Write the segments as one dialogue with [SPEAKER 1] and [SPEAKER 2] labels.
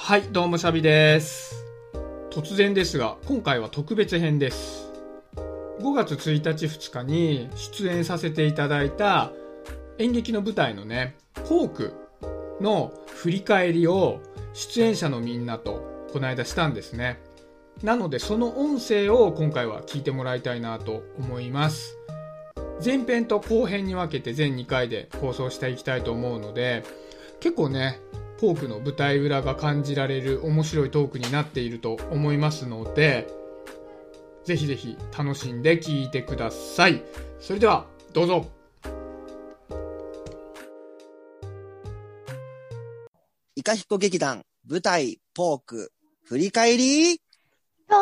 [SPEAKER 1] はい、どうもシャビです。突然ですが、今回は特別編です。5月1日2日に出演させていただいた演劇の舞台のね、ポークの振り返りを出演者のみんなとこの間したんですね。なのでその音声を今回は聞いてもらいたいなと思います。前編と後編に分けて全2回で放送していきたいと思うので、結構ね、ポークの舞台裏が感じられる面白いトークになっていると思いますので、ぜひぜひ楽しんで聞いてください。それではどうぞ。
[SPEAKER 2] イカヒコ劇団舞台ポーク振り返り
[SPEAKER 3] ト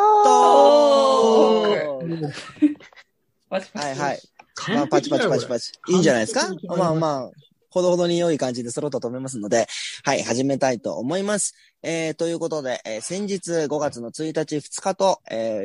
[SPEAKER 2] ーク
[SPEAKER 3] パチパチ。
[SPEAKER 2] はいはい。
[SPEAKER 1] 完
[SPEAKER 2] パチ
[SPEAKER 1] 璧だよ
[SPEAKER 2] パチパチパチ。いいんじゃないですか。
[SPEAKER 1] 完璧に決まります。
[SPEAKER 2] まあ、ほどほどに良い感じで揃ったと思いますので、はい、始めたいと思います。ということで、先日5月の1日2日と、計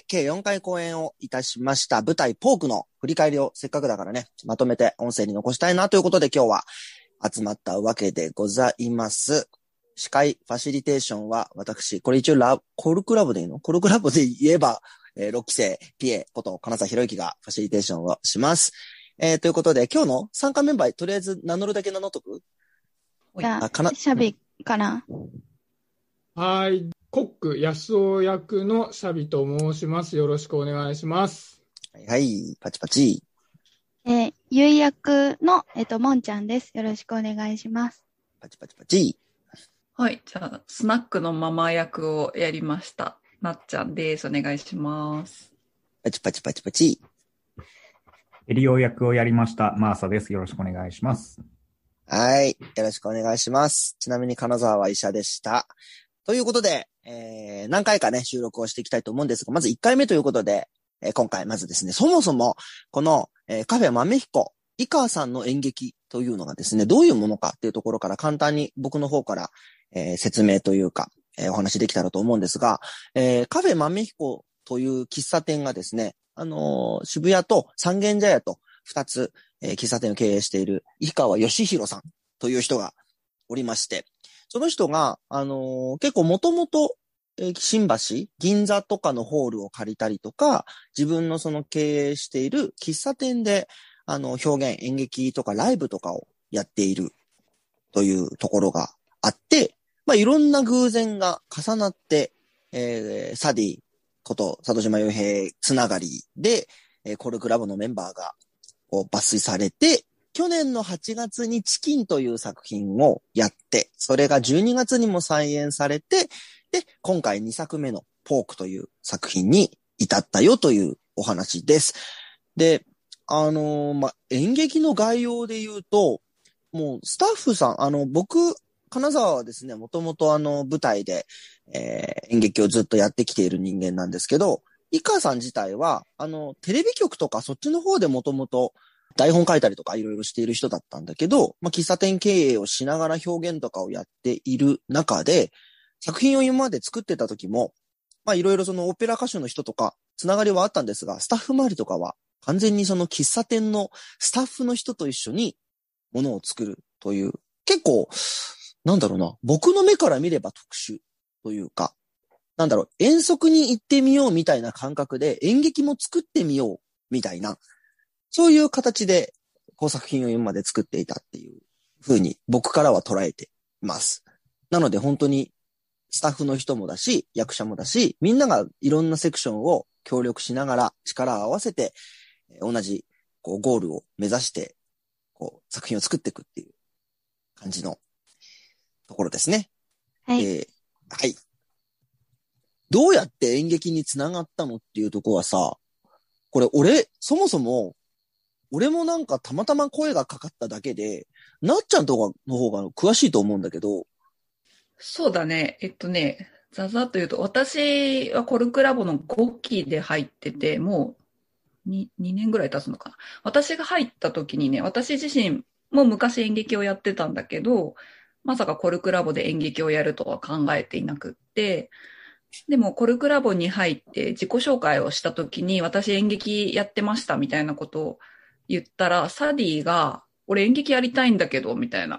[SPEAKER 2] 4回公演をいたしました舞台ポークの振り返りをせっかくだからね、まとめて音声に残したいなということで今日は集まったわけでございます。司会、ファシリテーションは私、これ一応コルクラブでいいの？コルクラブで言えば、6期生、ピエこと金沢博之がファシリテーションをします。ということで、今日の参加メンバー、とりあえず名乗るだけ名乗っとく？
[SPEAKER 3] じゃあ、シャビかな。
[SPEAKER 1] はい、コック安尾役のシャビと申します。よろしくお願いします。
[SPEAKER 2] はいはい、パチパチ。
[SPEAKER 3] ゆい役の、もんちゃんです。よろしくお願いします。
[SPEAKER 2] パチパチパチ。
[SPEAKER 4] はい。じゃあ、スナックのママ役をやりました。なっちゃんです。お願いします。
[SPEAKER 2] パチパチパチパチ。
[SPEAKER 5] エリオ役をやりました、マーサです。よろしくお願いします。
[SPEAKER 2] はい。よろしくお願いします。ちなみに金沢は医者でした。ということで、何回かね、収録をしていきたいと思うんですが、まず1回目ということで、今回まずですね、そもそも、この、カフェ豆彦、井川さんの演劇というのがですね、どういうものかっていうところから簡単に僕の方から、説明というか、お話できたらと思うんですが、カフェ豆彦という喫茶店がですね、渋谷と三軒茶屋と2つ、喫茶店を経営している井川義弘さんという人がおりまして、その人が、結構もともと、新橋、銀座とかのホールを借りたりとか、自分のその経営している喫茶店で、表現、演劇とかライブとかをやっているというところがあって、まあ、いろんな偶然が重なって、サディこと佐渡島雄平つながりで、コルクラブのメンバーがこう抜粋されて、去年の8月にチキンという作品をやって、それが12月にも再演されて、で、今回2作目のポークという作品に至ったよというお話です。で、演劇の概要で言うと、もうスタッフさん、僕、金沢はですね、もともと舞台で、演劇をずっとやってきている人間なんですけど、井川さん自体は、テレビ局とかそっちの方でもともと台本書いたりとかいろいろしている人だったんだけど、まあ、喫茶店経営をしながら表現とかをやっている中で、作品を今まで作ってた時も、まあ、いろいろそのオペラ歌手の人とか、つながりはあったんですが、スタッフ周りとかは、完全にその喫茶店のスタッフの人と一緒にものを作るという、結構、なんだろうな、僕の目から見れば特殊というか、なんだろう、遠足に行ってみようみたいな感覚で演劇も作ってみようみたいな、そういう形で、こう作品を今まで作っていたっていう風に僕からは捉えています。なので本当にスタッフの人もだし、役者もだし、みんながいろんなセクションを協力しながら力を合わせて、同じこうゴールを目指して、こう作品を作っていくっていう感じのところですね。
[SPEAKER 3] はい。
[SPEAKER 2] はい。どうやって演劇につながったのっていうところはさ、これそもそも、俺もなんかたまたま声がかかっただけで、なっちゃんとかの方が詳しいと思うんだけど。
[SPEAKER 4] そうだね。ざざっと言うと、私はコルクラボの5期で入ってて、もう2年ぐらい経つのかな。私が入った時にね、私自身も昔演劇をやってたんだけど、まさかコルクラボで演劇をやるとは考えていなくって、でもコルクラボに入って自己紹介をした時に、私演劇やってましたみたいなことを言ったら、サディが、俺演劇やりたいんだけど、みたいな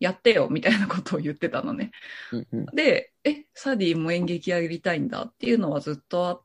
[SPEAKER 4] やってよみたいなことを言ってたのね。
[SPEAKER 2] うんうん。
[SPEAKER 4] で、サディも演劇やりたいんだっていうのはずっとあって、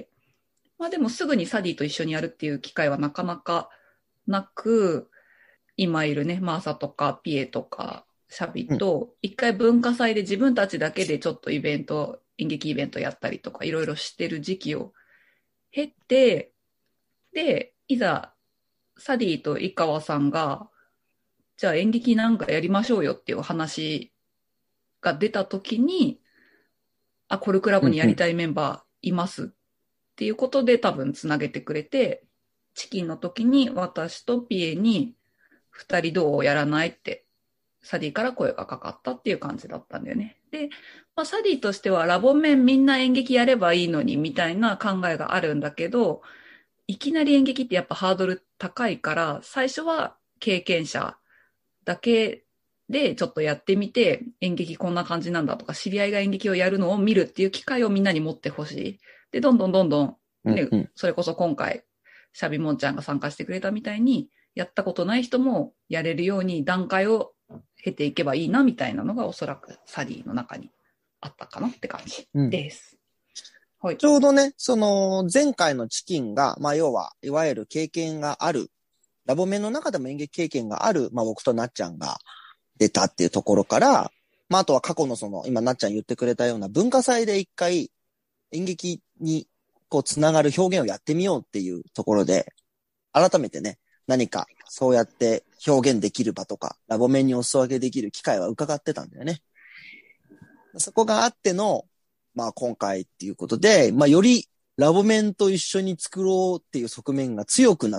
[SPEAKER 4] まあでもすぐにサディと一緒にやるっていう機会はなかなかなく、今いるね、マーサとかピエとかシャビと、一回文化祭で自分たちだけでちょっと演劇イベントやったりとかいろいろしてる時期を経て、で、いざサディと井川さんが、じゃあ演劇なんかやりましょうよっていう話が出たときに、コルクラボにやりたいメンバーいますっていうことで多分つなげてくれて、チキンの時に私とピエに二人どうやらないってサディから声がかかったっていう感じだったんだよね。で、サディとしてはラボ面みんな演劇やればいいのにみたいな考えがあるんだけど、いきなり演劇ってやっぱハードル高いから、最初は経験者だけでちょっとやってみて、演劇こんな感じなんだとか、知り合いが演劇をやるのを見るっていう機会をみんなに持ってほしい。で、どんどん、ね、それこそ今回、シャビモンちゃんが参加してくれたみたいに、やったことない人もやれるように段階を経ていけばいいなみたいなのがおそらくサディの中にあったかなって感じです。はい、
[SPEAKER 2] ちょうどね、その前回のチキンが、要は、いわゆる経験がある、ラボ面の中でも演劇経験がある、僕となっちゃんが出たっていうところから、あとは過去の今なっちゃん言ってくれたような文化祭で一回演劇につながる表現をやってみようっていうところで、改めてね、何かそうやって表現できる場とか、ラボ面にお裾分けできる機会は伺ってたんだよね。そこがあっての、今回っていうことで、よりラボ面と一緒に作ろうっていう側面が強くなって、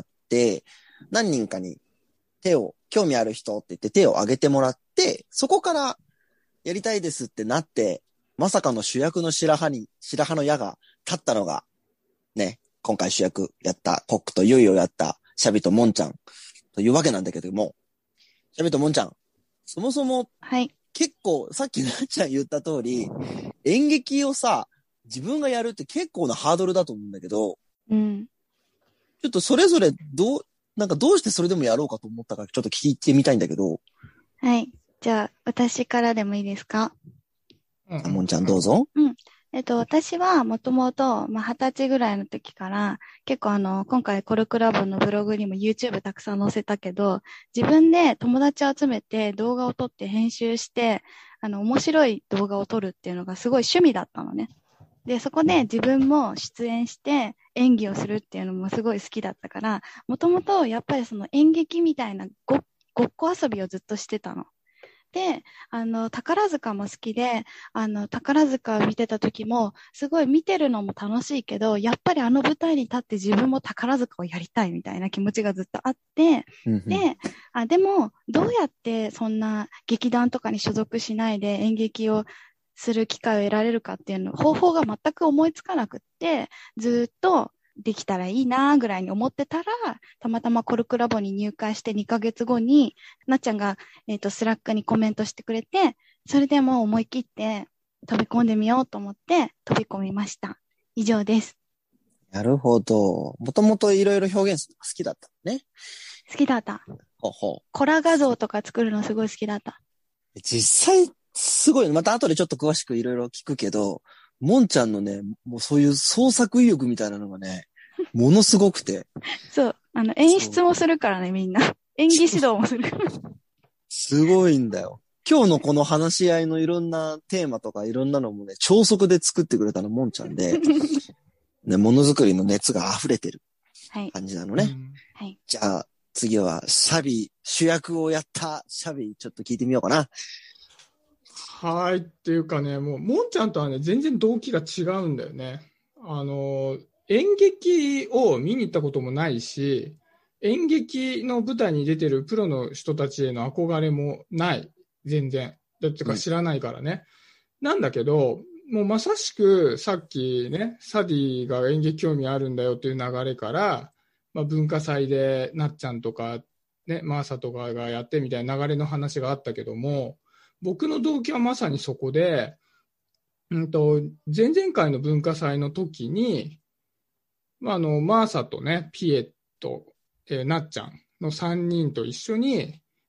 [SPEAKER 2] 何人かに興味ある人って言って手を挙げてもらって、そこからやりたいですってなって、まさかの主役の白羽の矢が立ったのが、ね、今回主役やったコックとユイをやったシャビとモンちゃんというわけなんだけども、シャビとモンちゃん、そもそも、結構さっきなっちゃん言った通り、演劇を自分がやるって結構なハードルだと思うんだけど、ちょっとそれぞれどうしてそれでもやろうかと思ったかちょっと聞いてみたいんだけど。
[SPEAKER 3] はい。じゃあ、私からでもいいですか？
[SPEAKER 2] もんちゃんどうぞ。
[SPEAKER 3] 私はもともと、20歳ぐらいの時から、結構今回コルクラボのブログにも YouTube たくさん載せたけど、自分で友達を集めて動画を撮って編集して、面白い動画を撮るっていうのがすごい趣味だったのね。で、そこで自分も出演して演技をするっていうのもすごい好きだったから、もともとやっぱりその演劇みたいなごっこ遊びをずっとしてたの。で、宝塚も好きで、宝塚を見てた時も、すごい見てるのも楽しいけど、やっぱり舞台に立って自分も宝塚をやりたいみたいな気持ちがずっとあって、でも、どうやってそんな劇団とかに所属しないで演劇をする機会を得られるかっていう方法が全く思いつかなくって、ずっとできたらいいなぐらいに思ってたら、たまたまコルクラボに入会して2ヶ月後に、なっちゃんが、スラックにコメントしてくれて、それでもう思い切って飛び込んでみようと思って飛び込みました。以上です。
[SPEAKER 2] なるほど。もともといろいろ表現するのが好きだったね。
[SPEAKER 3] 好きだった。コラ画像とか作るのすごい好きだった。
[SPEAKER 2] 実際、すごい。また後でちょっと詳しくいろいろ聞くけど、もんちゃんのね、もうそういう創作意欲みたいなのがね、ものすごくて。
[SPEAKER 3] そう。演出もするからね、みんな。演技指導もする。
[SPEAKER 2] すごいんだよ。今日のこの話し合いのいろんなテーマとかいろんなのもね、超速で作ってくれたのもんちゃんで、ね、ものづくりの熱が溢れてる感じなのね。
[SPEAKER 3] はい。
[SPEAKER 2] じゃあ、次はシャビ、主役をやったシャビ、ちょっと聞いてみようかな。
[SPEAKER 1] はい。っていうかね、もんちゃんとはね、全然動機が違うんだよね。演劇を見に行ったこともないし、演劇の舞台に出てるプロの人たちへの憧れもない。全然。だってか知らないからね。なんだけど、もうまさしくさっきね、サディが演劇興味あるんだよっていう流れから、文化祭でなっちゃんとか、ね、マーサとかがやってみたいな流れの話があったけども、僕の動機はまさにそこで、前々回の文化祭の時に、マーサとね、ピエと、なっちゃんの3人と一緒に、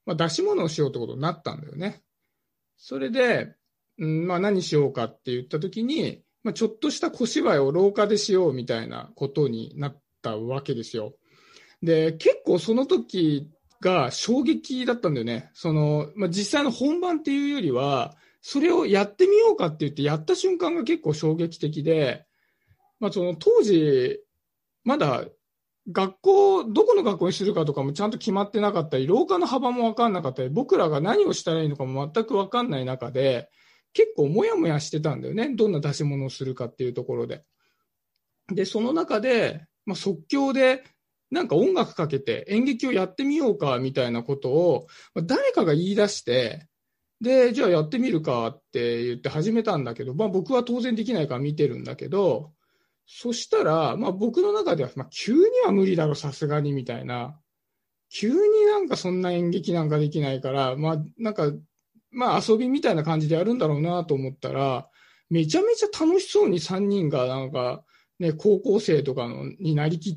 [SPEAKER 1] 出し物をしようってことになったんだよね。それで、何しようかって言った時に、ちょっとした小芝居を廊下でしようみたいなことになったわけですよ。で、結構その時が衝撃だったんだよね。実際の本番っていうよりは、それをやってみようかって言ってやった瞬間が結構衝撃的で、当時、まだどこの学校にするかとかもちゃんと決まってなかったり、廊下の幅も分かんなかったり、僕らが何をしたらいいのかも全く分かんない中で、結構もやもやしてたんだよね。どんな出し物をするかっていうところで。で、その中で、即興でなんか音楽かけて演劇をやってみようかみたいなことを誰かが言い出して、で、じゃあやってみるかって言って始めたんだけど、僕は当然できないから見てるんだけど、そしたら、僕の中では、急には無理だろ、さすがにみたいな。急になんかそんな演劇なんかできないから、遊びみたいな感じでやるんだろうなと思ったら、めちゃめちゃ楽しそうに3人がなんか、ね、高校生とかになりきって、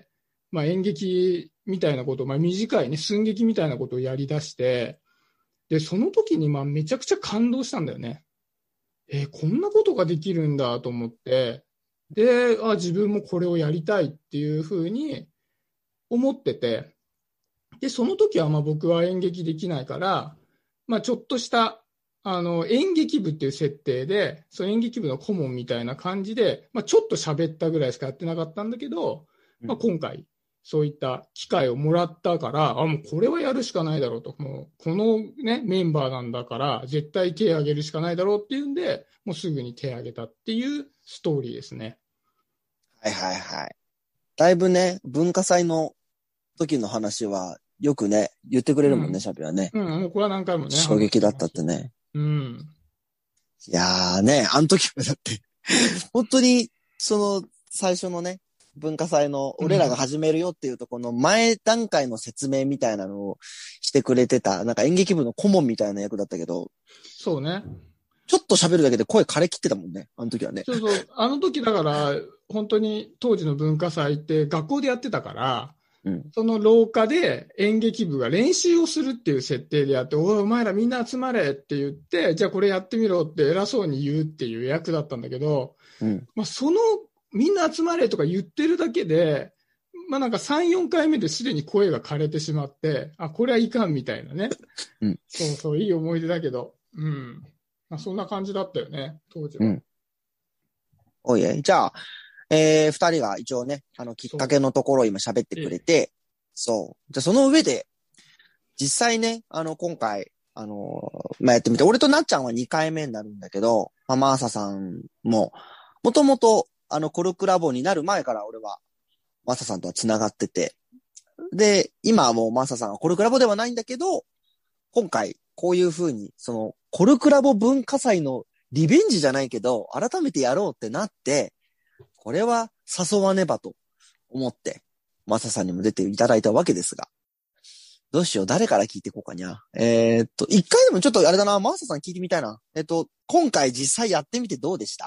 [SPEAKER 1] 演劇みたいなこと、短いね、寸劇みたいなことをやり出して、で、その時にめちゃくちゃ感動したんだよね。こんなことができるんだと思って、で、自分もこれをやりたいっていうふうに思ってて、で、その時は僕は演劇できないから、ちょっとした演劇部っていう設定で、その演劇部の顧問みたいな感じで、ちょっと喋ったぐらいしかやってなかったんだけど、今回そういった機会をもらったから、もうこれはやるしかないだろうと、もうこのね、メンバーなんだから絶対手を挙げるしかないだろうっていうんで、もうすぐに手を挙げたっていうストーリーですね。
[SPEAKER 2] はいはいはい。だいぶね、文化祭の時の話はよくね、言ってくれるもんね、シャビはね。
[SPEAKER 1] もうこれは何回もね。
[SPEAKER 2] 衝撃だったってね。いやーね、あの時はだって、本当に、最初のね、文化祭の俺らが始めるよっていうとこの前段階の説明みたいなのをしてくれてた、なんか演劇部の顧問みたいな役だったけど。
[SPEAKER 1] そうね。
[SPEAKER 2] ちょっと喋るだけで声枯れ切ってたもんね、あの時はね。
[SPEAKER 1] そう、あの時だから、本当に当時の文化祭って学校でやってたから、その廊下で演劇部が練習をするっていう設定でやって、お前らみんな集まれって言って、じゃあこれやってみろって偉そうに言うっていう役だったんだけど、みんな集まれとか言ってるだけで、なんか3、4回目ですでに声が枯れてしまって、これはいかんみたいなね。そう、いい思い出だけど、そんな感じだったよね、当時は。
[SPEAKER 2] おいえ、じゃあ、二人が一応ね、きっかけのところを今喋ってくれて、そう。じゃあその上で、実際ね、今回、やってみて、俺となっちゃんは2回目になるんだけど、マーサさんも、もともと、コルクラボになる前から俺は、マーサさんとは繋がってて、で、今はもうマーサさんはコルクラボではないんだけど、今回、こういう風に、コルクラボ文化祭のリベンジじゃないけど、改めてやろうってなって、これは誘わねばと思って、マサさんにも出ていただいたわけですが。どうしよう、誰から聞いていこうかにゃ。一回でもちょっとあれだな、マサさん聞いてみたいな。今回実際やってみてどうでした？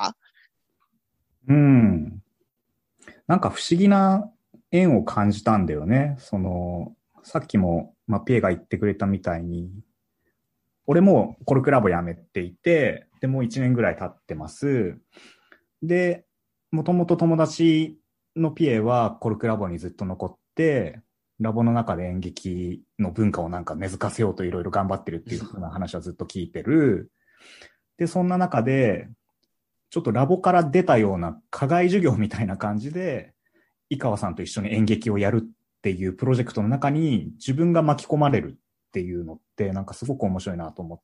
[SPEAKER 5] なんか不思議な縁を感じたんだよね。さっきも、ピエが言ってくれたみたいに、俺もコルクラボ辞めていて、で、もう1年ぐらい経ってます。で、もともと友達のピエはコルクラボにずっと残って、ラボの中で演劇の文化をなんか根付かせようといろいろ頑張ってるっていう風な話はずっと聞いてる。で、そんな中で、ちょっとラボから出たような課外授業みたいな感じで、井川さんと一緒に演劇をやるっていうプロジェクトの中に自分が巻き込まれるっていうのってなんかすごく面白いなと思って。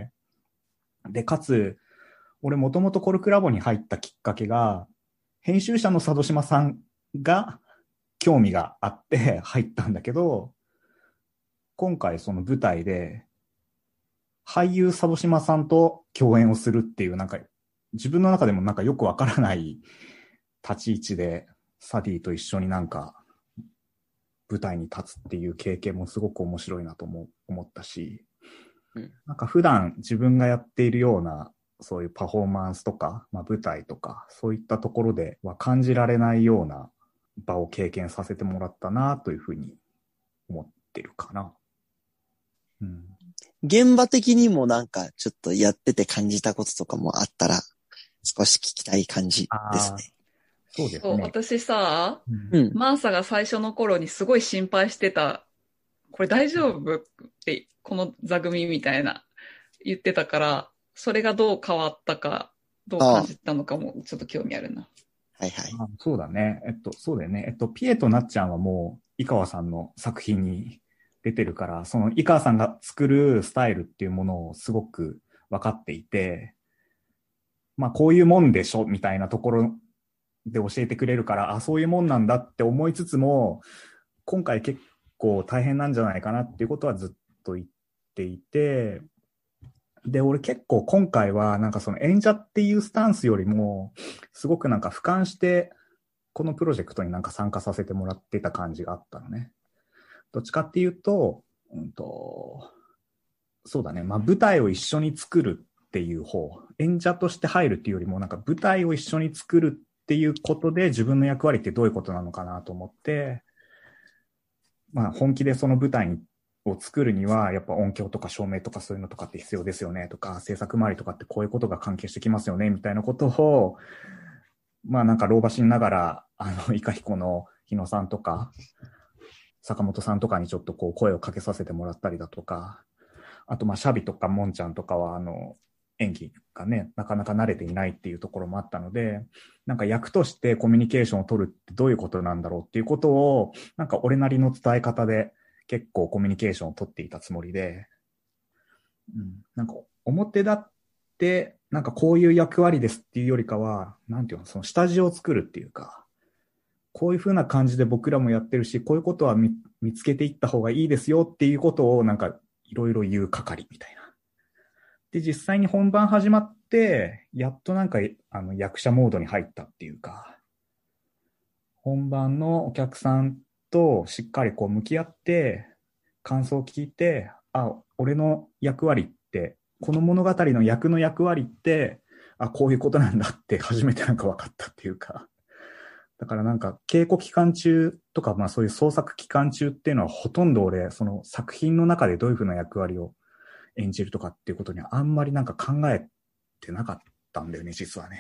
[SPEAKER 5] で、かつ、俺もともとコルクラボに入ったきっかけが、編集者の佐渡島さんが興味があって入ったんだけど、今回その舞台で俳優佐渡島さんと共演をするっていうなんか自分の中でもなんかよくわからない立ち位置でサディと一緒になんか舞台に立つっていう経験もすごく面白いなと思ったし、なんか普段自分がやっているようなそういうパフォーマンスとか、舞台とか、そういったところでは感じられないような場を経験させてもらったなというふうに思ってるかな。 うん。
[SPEAKER 2] 現場的にもなんかちょっとやってて感じたこととかもあったら、少し聞きたい感じですね。
[SPEAKER 4] そう、
[SPEAKER 5] そうですね。
[SPEAKER 4] 私さ、
[SPEAKER 5] うん。
[SPEAKER 2] うん。
[SPEAKER 4] マーサが最初の頃にすごい心配してた、これ大丈夫って、この座組みたいな言ってたから、それがどう変わったか、どう
[SPEAKER 2] ああ、
[SPEAKER 4] 感じたのかもちょっと興味あるな。
[SPEAKER 2] はいはい。
[SPEAKER 5] あ、そうだね。そうだよね。ピエとなっちゃんはもう、井川さんの作品に出てるから、その井川さんが作るスタイルっていうものをすごく分かっていて、まあ、こういうもんでしょ、みたいなところで教えてくれるから、あ、そういうもんなんだって思いつつも、今回結構大変なんじゃないかなっていうことはずっと言っていて、で、俺結構今回はなんかその演者っていうスタンスよりも、すごくなんか俯瞰して、このプロジェクトになんか参加させてもらってた感じがあったのね。どっちかっていうと、そうだね。まあ舞台を一緒に作るっていう方、演者として入るっていうよりもなんか舞台を一緒に作るっていうことで自分の役割ってどういうことなのかなと思って、まあ本気でその舞台を作るにはやっぱ音響とか照明とかそういうのとかって必要ですよねとか、制作周りとかってこういうことが関係してきますよねみたいなことを、まあなんか老婆心ながら、イカヒコの日野さんとか、坂本さんとかにちょっとこう声をかけさせてもらったりだとか、あとまあシャビとかモンちゃんとかは演技がね、なかなか慣れていないっていうところもあったので、なんか役としてコミュニケーションを取るってどういうことなんだろうっていうことを、なんか俺なりの伝え方で結構コミュニケーションを取っていたつもりで、なんか表立って、なんかこういう役割ですっていうよりかは、なんていうの、その下地を作るっていうか、こういう風な感じで僕らもやってるし、こういうことは見つけていった方がいいですよっていうことをなんかいろいろ言う係みたいな。で、実際に本番始まって、やっとなんか役者モードに入ったっていうか、本番のお客さんとしっかりこう向き合って、感想を聞いて、あ、俺の役割って、この物語の役の役割って、あ、こういうことなんだって初めてなんか分かったっていうか、だからなんか稽古期間中とか、まあそういう創作期間中っていうのはほとんど俺、その作品の中でどういうふうな役割を演じるとかっていうことにはあんまりなんか考えてなかったんだよね、実はね。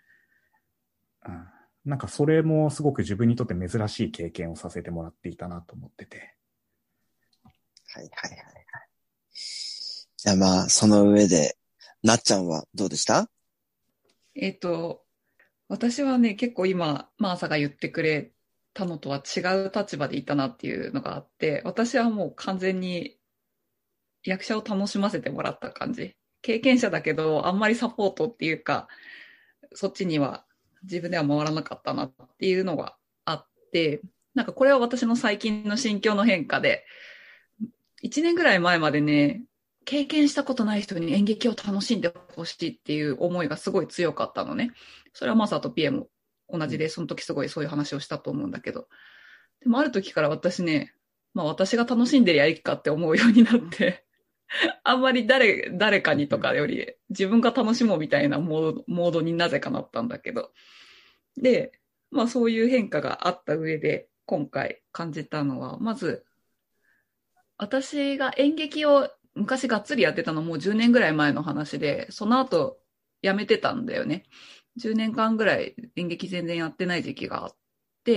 [SPEAKER 5] なんかそれもすごく自分にとって珍しい経験をさせてもらっていたなと思ってて。
[SPEAKER 2] はいはいはいはい。じゃあまあ、その上で、なっちゃんはどうでした？
[SPEAKER 4] 私はね、結構今、マーサが言ってくれたのとは違う立場でいたなっていうのがあって、私はもう完全に役者を楽しませてもらった感じ。経験者だけど、あんまりサポートっていうか、そっちには自分では回らなかったなっていうのがあって、なんかこれは私の最近の心境の変化で、1年ぐらい前までね、経験したことない人に演劇を楽しんでほしいっていう思いがすごい強かったのね。それはマサとピエも同じで、その時すごいそういう話をしたと思うんだけど。でもある時から私ね、まあ私が楽しんでりゃいいかって思うようになって、あんまり誰かにとかより自分が楽しもうみたいなモードになぜかなったんだけど。で、まあそういう変化があった上で今回感じたのは、まず私が演劇を昔がっつりやってたのもう10年ぐらい前の話で、その後やめてたんだよね。10年間ぐらい演劇全然やってない時期があって、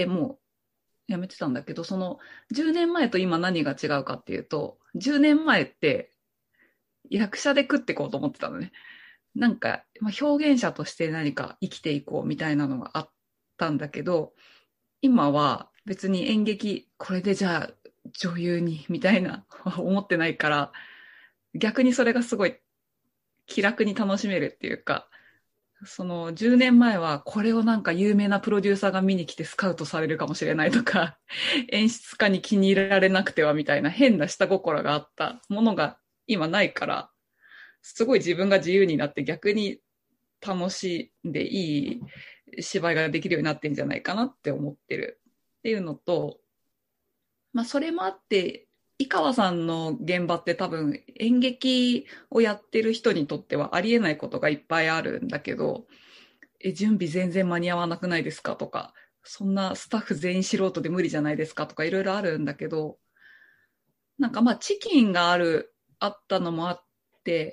[SPEAKER 4] もうやめてたんだけど、その10年前と今何が違うかっていうと、10年前って役者で食っていこうと思ってたのね。なんか、表現者として何か生きていこうみたいなのがあったんだけど、今は別に演劇、これでじゃあ女優にみたいな思ってないから、逆にそれがすごい気楽に楽しめるっていうか、その10年前はこれをなんか有名なプロデューサーが見に来てスカウトされるかもしれないとか、演出家に気に入られなくてはみたいな変な下心があったものが今ないから、すごい自分が自由になって逆に楽しんでいい芝居ができるようになってんじゃないかなって思ってるっていうのと、まあそれもあって、井川さんの現場って多分演劇をやってる人にとってはありえないことがいっぱいあるんだけど、準備全然間に合わなくないですかとか、そんなスタッフ全員素人で無理じゃないですかとかいろいろあるんだけど、なんかまあチキンがあるあったのもあって、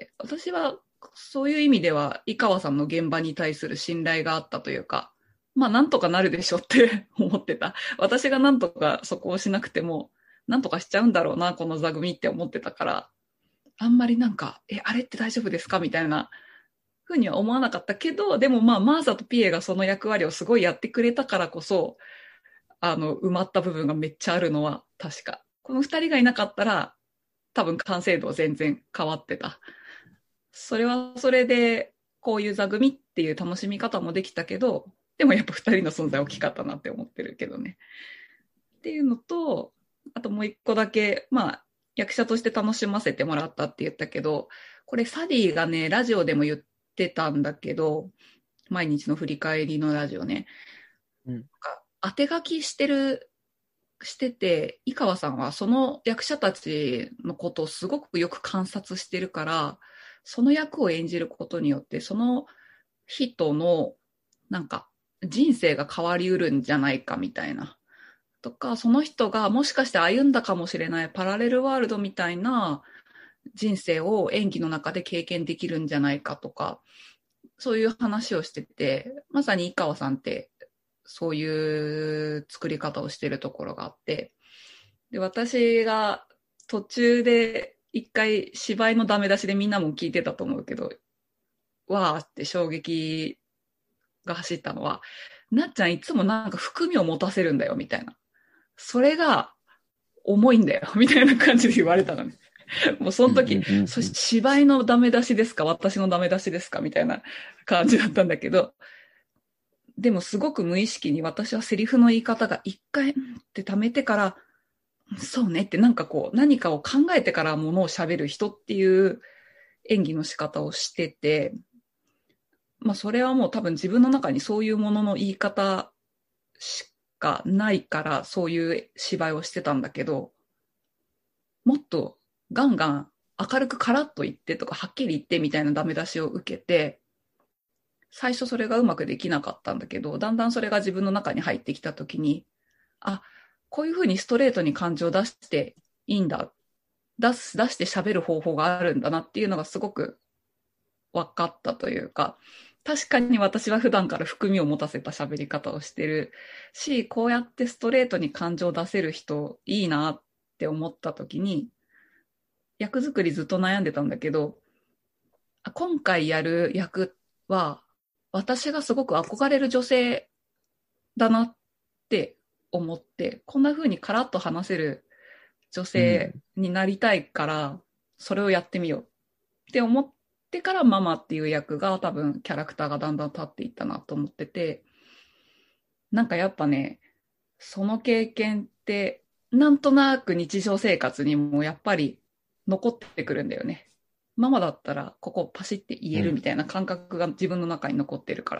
[SPEAKER 4] 私はそういう意味では井川さんの現場に対する信頼があったというか、まあなんとかなるでしょって思ってた。私がなんとかそこをしなくても、なんとかしちゃうんだろうな、この座組って思ってたから、あんまりなんか、あれって大丈夫ですかみたいなふうには思わなかったけど、でもまあマーサとピエがその役割をすごいやってくれたからこそ、埋まった部分がめっちゃあるのは確か。この二人がいなかったら、多分完成度は全然変わってた。それはそれで、こういう座組っていう楽しみ方もできたけど、でもやっぱ二人の存在大きかったなって思ってるけどね。っていうのと、あともう一個だけ、まあ、役者として楽しませてもらったって言ったけど、これサディがね、ラジオでも言ってたんだけど、毎日の振り返りのラジオね。当て書きしてて、井川さんはその役者たちのことをすごくよく観察してるから、その役を演じることによって、その人のなんか人生が変わりうるんじゃないかみたいな。とか、その人がもしかして歩んだかもしれないパラレルワールドみたいな人生を演技の中で経験できるんじゃないかとか、そういう話をしてて、まさに井川さんってそういう作り方をしてるところがあって、で、私が途中で一回芝居のダメ出しでみんなも聞いてたと思うけど、わーって衝撃が走ったのは、なっちゃんいつもなんか含みを持たせるんだよみたいな。それが重いんだよみたいな感じで言われたのね。もうその時、そして芝居のダメ出しですか私のダメ出しですかみたいな感じだったんだけど、でもすごく無意識に私はセリフの言い方が一回って溜めてから、そうねってなんかこう何かを考えてからものを喋る人っていう演技の仕方をしてて、まあそれはもう多分自分の中にそういうものの言い方しかないからそういう芝居をしてたんだけど、もっとガンガン明るくカラッと言ってとかはっきり言ってみたいなダメ出しを受けて、最初それがうまくできなかったんだけど、だんだんそれが自分の中に入ってきたときに、あ、こういうふうにストレートに感情を出していいんだ。出して喋る方法があるんだなっていうのがすごく分かったというか、確かに私は普段から含みを持たせた喋り方をしてるし、こうやってストレートに感情を出せる人いいなって思ったときに、役作りずっと悩んでたんだけど、今回やる役は、私がすごく憧れる女性だなって思って、こんな風にカラッと話せる女性になりたいから、それをやってみようって思ってからママっていう役が多分キャラクターがだんだん立っていったなと思ってて、なんかやっぱね、その経験ってなんとなく日常生活にもやっぱり残ってくるんだよね。ママだったらここパシって言えるみたいな感覚が自分の中に残ってるから、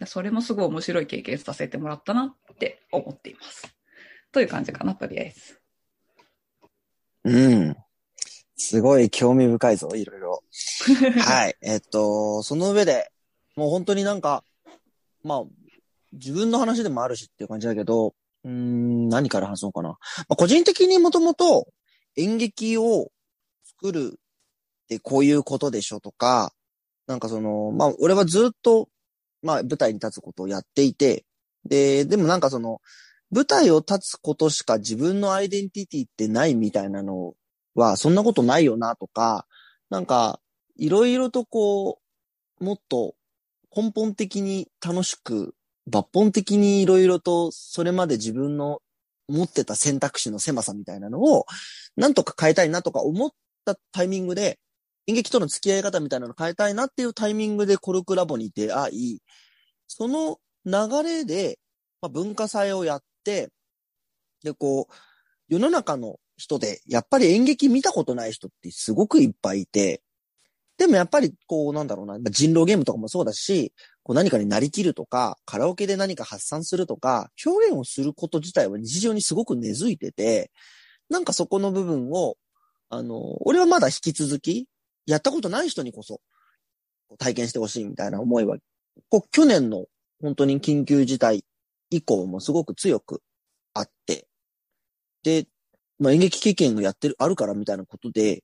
[SPEAKER 4] それもすごい面白い経験させてもらったなって思っています。という感じかな、とりあえず。
[SPEAKER 2] うん。すごい興味深いぞ、いろいろ。はい。その上で、もう本当になんか、まあ、自分の話でもあるしっていう感じだけど、何から話そうかな。まあ、個人的にもともと演劇を作るってこういうことでしょとか、なんかまあ、俺はずっと、まあ、舞台に立つことをやっていて、でもなんか舞台を立つことしか自分のアイデンティティってないみたいなのは、そんなことないよなとか、なんか、いろいろとこう、もっと根本的に楽しく、抜本的にいろいろとそれまで自分の持ってた選択肢の狭さみたいなのを、なんとか変えたいなとか思ったタイミングで、演劇との付き合い方みたいなの変えたいなっていうタイミングでコルクラボに出会い、その流れで、まあ、文化祭をやって、で、こう、世の中の人で、やっぱり演劇見たことない人ってすごくいっぱいいて、でもやっぱりこうなんだろうな、人狼ゲームとかもそうだし、こう何かになりきるとか、カラオケで何か発散するとか、表現をすること自体は日常にすごく根付いてて、なんかそこの部分を、俺はまだ引き続き、やったことない人にこそ、体験してほしいみたいな思いは、こう去年の本当に緊急事態以降もすごく強くあって、で、まあ演劇経験があるからみたいなことで、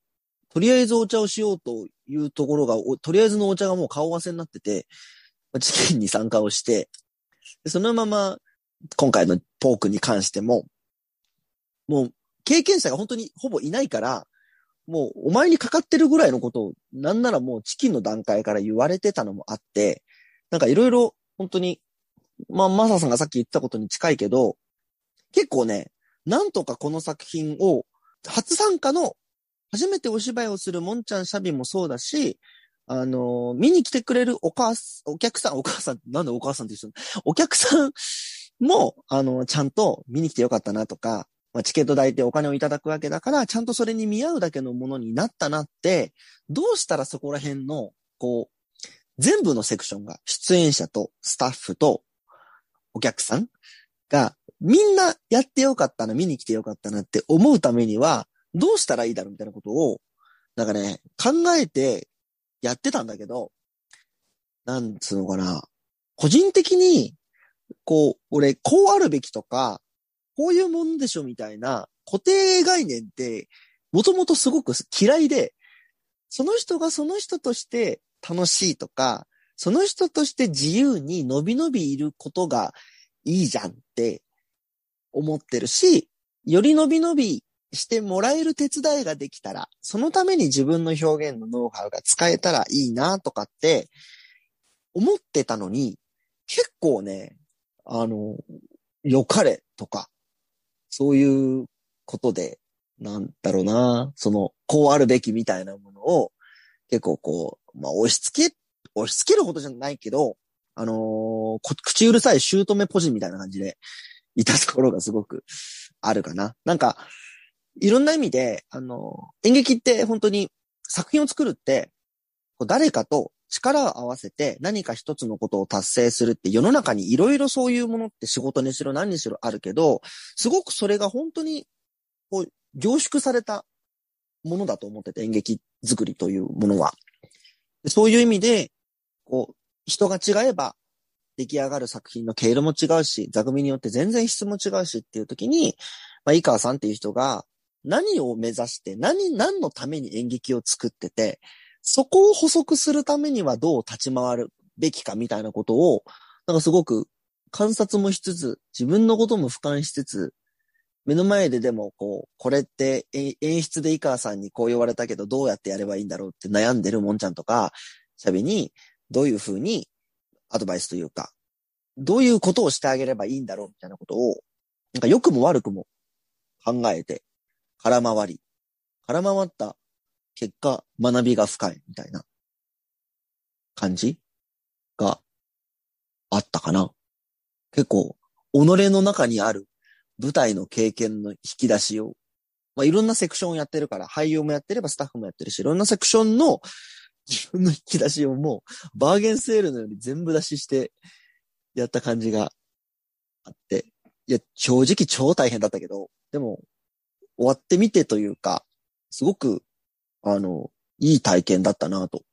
[SPEAKER 2] とりあえずお茶をしようというところが、とりあえずのお茶がもう顔合わせになってて、チキンに参加をして、でそのまま今回のポークに関しても、もう経験者が本当にほぼいないから、もうお前にかかってるぐらいのことを、なんならもうチキンの段階から言われてたのもあって、なんかいろいろ本当に、マサさんがさっき言ったことに近いけど、結構ね、なんとかこの作品を、初参加の、初めてお芝居をするもんちゃんシャビもそうだし、見に来てくれるお客さん、なんでお母さんって言う人、お客さんも、ちゃんと見に来てよかったなとか、チケット代ってお金をいただくわけだから、ちゃんとそれに見合うだけのものになったなって、どうしたらそこら辺の、こう、全部のセクションが、出演者とスタッフとお客さんが、みんなやってよかったな、見に来てよかったなって思うためには、どうしたらいいだろうみたいなことを、なんかね、考えてやってたんだけど、なんつうのかな。個人的に、こう、俺、こうあるべきとか、こういうもんでしょみたいな固定概念って、もともとすごく嫌いで、その人がその人として楽しいとか、その人として自由にのびのびいることがいいじゃんって思ってるし、よりのびのびしてもらえる手伝いができたら、そのために自分の表現のノウハウが使えたらいいなとかって思ってたのに、結構ね、良かれとか、そういうことで、なんだろうな、こうあるべきみたいなものを、結構こう、押し付けるほどじゃないけど、口うるさい姑ポジみたいな感じで、いたところがすごくあるかな。なんか、いろんな意味で、演劇って本当に作品を作るって、誰かと力を合わせて何か一つのことを達成するって世の中にいろいろそういうものって仕事にしろ何にしろあるけど、すごくそれが本当にこう凝縮されたものだと思ってて、演劇作りというものは。そういう意味で、こう、人が違えば出来上がる作品の経路も違うし、座組によって全然質も違うしっていう時に、井川さんっていう人が何を目指して何のために演劇を作ってて、そこを補足するためにはどう立ち回るべきかみたいなことを、なんかすごく観察もしつつ、自分のことも俯瞰しつつ、目の前ででもこれって演出で井川さんにこう言われたけどどうやってやればいいんだろうって悩んでるもんちゃんとか、シャビにどういうふうにアドバイスというか、どういうことをしてあげればいいんだろうみたいなことを、なんか良くも悪くも考えて、空回った結果、学びが深いみたいな感じがあったかな。結構、己の中にある舞台の経験の引き出しを、いろんなセクションをやってるから、俳優もやってればスタッフもやってるし、いろんなセクションの自分の引き出しをもう、バーゲンセールのように全部出ししてやった感じがあって、いや、正直超大変だったけど、でも、終わってみてというか、すごく、いい体験だったなと。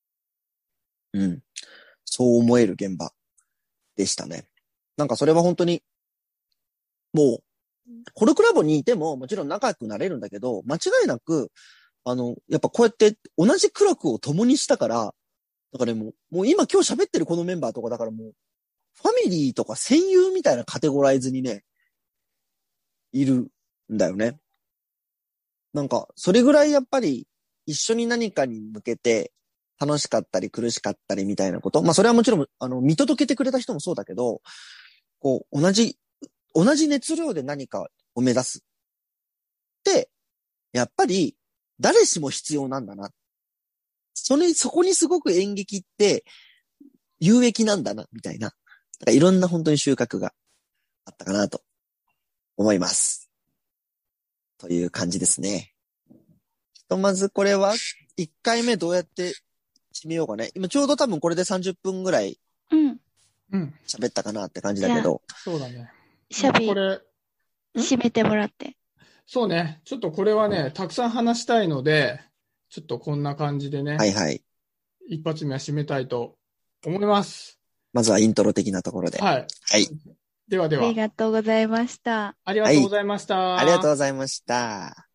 [SPEAKER 2] そう思える現場でしたね。なんかそれは本当に、もう、コルクラボにいてももちろん仲良くなれるんだけど、間違いなく、やっぱこうやって同じ苦楽を共にしたから、だからもう今日喋ってるこのメンバーとかだからもう、ファミリーとか戦友みたいなカテゴライズにね、いるんだよね。なんか、それぐらいやっぱり一緒に何かに向けて楽しかったり苦しかったりみたいなこと。それはもちろん、見届けてくれた人もそうだけど、こう、同じ熱量で何かを目指す。って、やっぱり誰しも必要なんだな。そこにすごく演劇って有益なんだな、みたいな。いろんな本当に収穫があったかなと思います。という感じですね。ひとまずこれは1回目どうやって締めようかね。今ちょうど多分これで30分ぐらい喋ったかなって感じだけど。
[SPEAKER 1] そうだね。
[SPEAKER 3] シャビ
[SPEAKER 1] これ
[SPEAKER 3] 締めてもらって。
[SPEAKER 1] そうね。ちょっとこれはね、たくさん話したいので、ちょっとこんな感じでね。
[SPEAKER 2] はいはい。
[SPEAKER 1] 一発目は締めたいと思います。
[SPEAKER 2] まずはイントロ的なところで。
[SPEAKER 1] はい。
[SPEAKER 2] はい。
[SPEAKER 1] ではでは。
[SPEAKER 3] ありがとうございました。
[SPEAKER 1] ありがとうございました。
[SPEAKER 2] ありがとうございました。